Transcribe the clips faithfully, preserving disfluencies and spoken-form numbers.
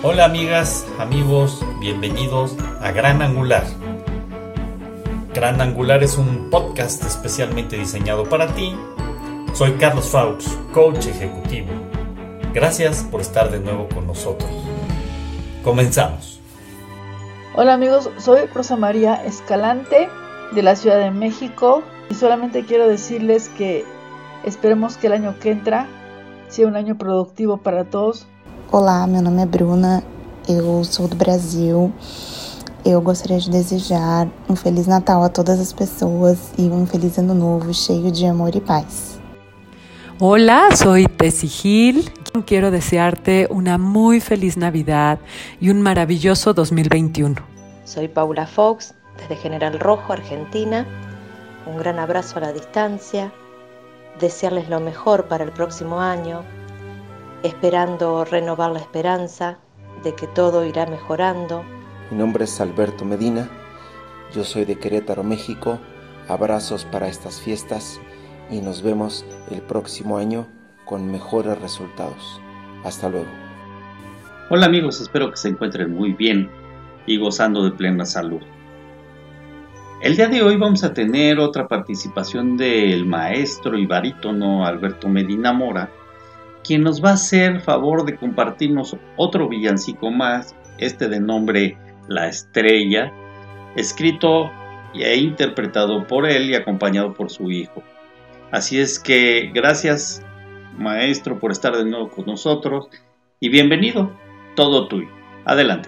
Hola amigas, amigos, bienvenidos a Gran Angular. Gran Angular es un podcast especialmente diseñado para ti. Soy Carlos Faux, coach ejecutivo. Gracias por estar de nuevo con nosotros. Comenzamos. Hola amigos, soy Rosa María Escalante de la Ciudad de México y solamente quiero decirles que esperemos que el año que entra sea um ano produtivo para todos. Olá, meu nome é Bruna, eu sou do Brasil. Eu gostaria de desejar um Feliz Natal a todas as pessoas e um Feliz Ano Novo cheio de amor y paz. Hola, soy Tessy Gil. Quiero desearte una muy feliz Navidad y un maravilloso dos mil veintiuno. Soy Paula Fox, desde General Rojo, Argentina. Un gran abrazo a la distancia. Desearles lo mejor para el próximo año, esperando renovar la esperanza de que todo irá mejorando. Mi nombre es Alberto Medina, yo soy de Querétaro, México. Abrazos para estas fiestas y nos vemos el próximo año con mejores resultados. Hasta luego. Hola amigos, espero que se encuentren muy bien y gozando de plena salud. El día de hoy vamos a tener otra participación del maestro y barítono Alberto Medina Mora, quien nos va a hacer favor de compartirnos otro villancico más, este de nombre La Estrella, escrito e interpretado por él y acompañado por su hijo. Así es que gracias, maestro, por estar de nuevo con nosotros y bienvenido, todo tuyo. Adelante.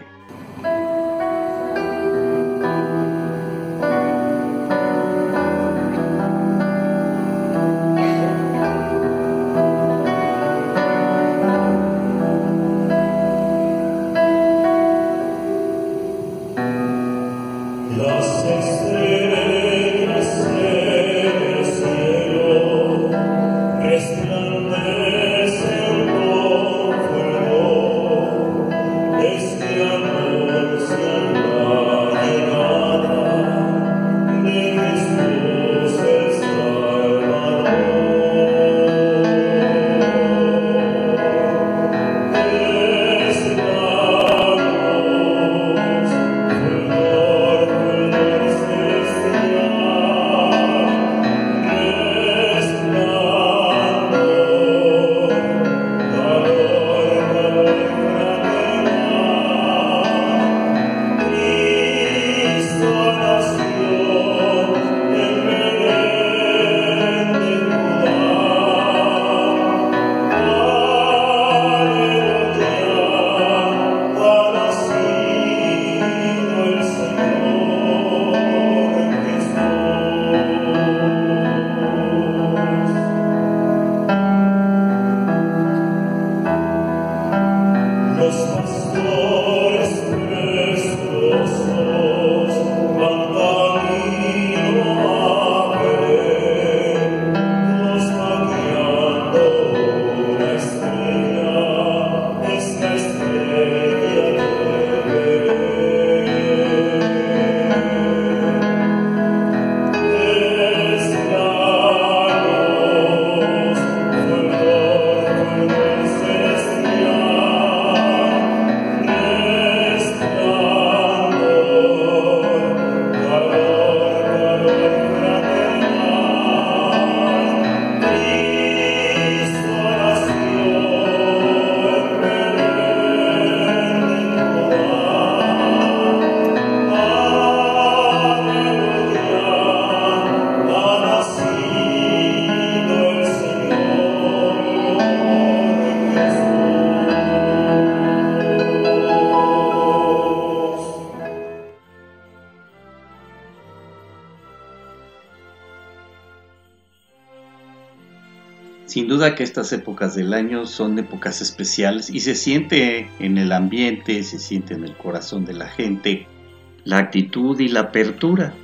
Sin duda que estas épocas del año son épocas especiales y se siente en el ambiente, se siente en el corazón de la gente la actitud y la apertura.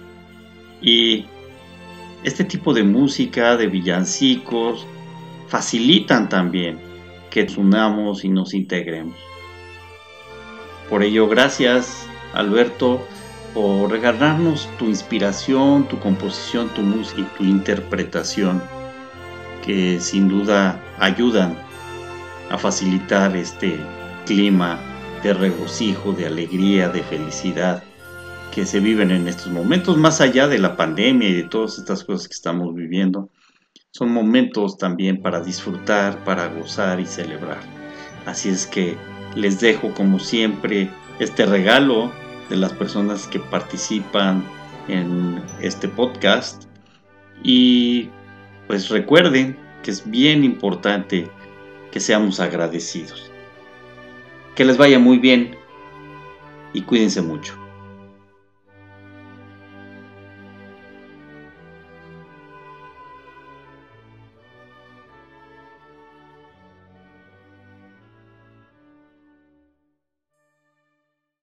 Y este tipo de música, de villancicos, facilitan también que nos unamos y nos integremos. Por ello, gracias, Alberto, por regalarnos tu inspiración, tu composición, tu música y tu interpretación, que sin duda ayudan a facilitar este clima de regocijo, de alegría, de felicidad que se viven en estos momentos, más allá de la pandemia y de todas estas cosas que estamos viviendo. Son momentos también para disfrutar, para gozar y celebrar. Así es que les dejo como siempre este regalo de las personas que participan en este podcast. Y pues recuerden que es bien importante que seamos agradecidos. Que les vaya muy bien y cuídense mucho.